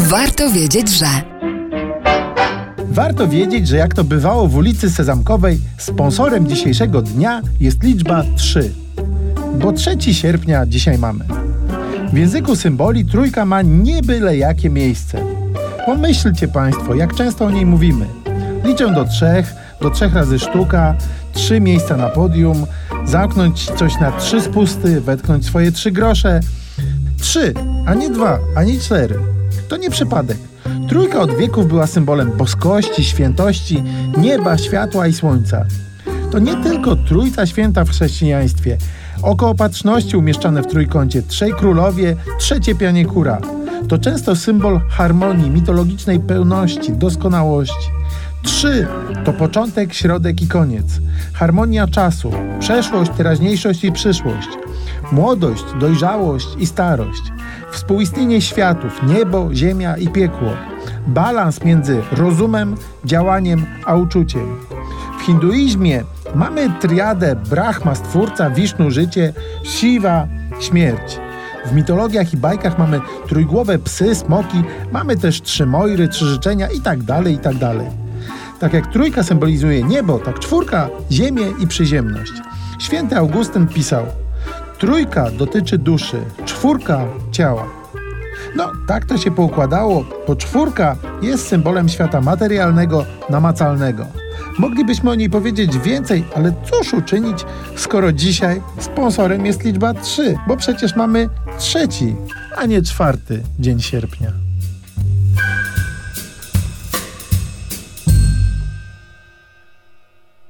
Warto wiedzieć, że... Warto wiedzieć, że jak to bywało w ulicy Sezamkowej, sponsorem dzisiejszego dnia jest liczba 3. Bo 3 sierpnia dzisiaj mamy. W języku symboli trójka ma nie byle jakie miejsce. Pomyślcie Państwo, jak często o niej mówimy. Liczę do 3 razy sztuka, 3 miejsca na podium, zamknąć coś na 3 spusty, wetknąć swoje 3 grosze. 3, a nie 2, ani 4. To nie przypadek. Trójka od wieków była symbolem boskości, świętości, nieba, światła i słońca. To nie tylko Trójca Święta w chrześcijaństwie. Oko Opatrzności umieszczane w trójkącie, 3 królowie, 3 pianie kura. To często symbol harmonii, mitologicznej pełności, doskonałości. 3 to początek, środek i koniec. Harmonia czasu, przeszłość, teraźniejszość i przyszłość. Młodość, dojrzałość i starość. Współistnienie światów, niebo, ziemia i piekło. Balans między rozumem, działaniem a uczuciem. W hinduizmie mamy triadę Brahma, stwórca, Wisznu, życie, Shiva, śmierć. W mitologiach i bajkach mamy trójgłowe psy, smoki, mamy też 3 mojry, 3 życzenia itd., itd. Tak jak trójka symbolizuje niebo, tak 4 ziemię i przyziemność. Święty Augustyn pisał: trójka dotyczy duszy, 4 ciała. No, tak to się poukładało, bo 4 jest symbolem świata materialnego, namacalnego. Moglibyśmy o niej powiedzieć więcej, ale cóż uczynić, skoro dzisiaj sponsorem jest liczba 3, bo przecież mamy 3, a nie 4 dzień sierpnia.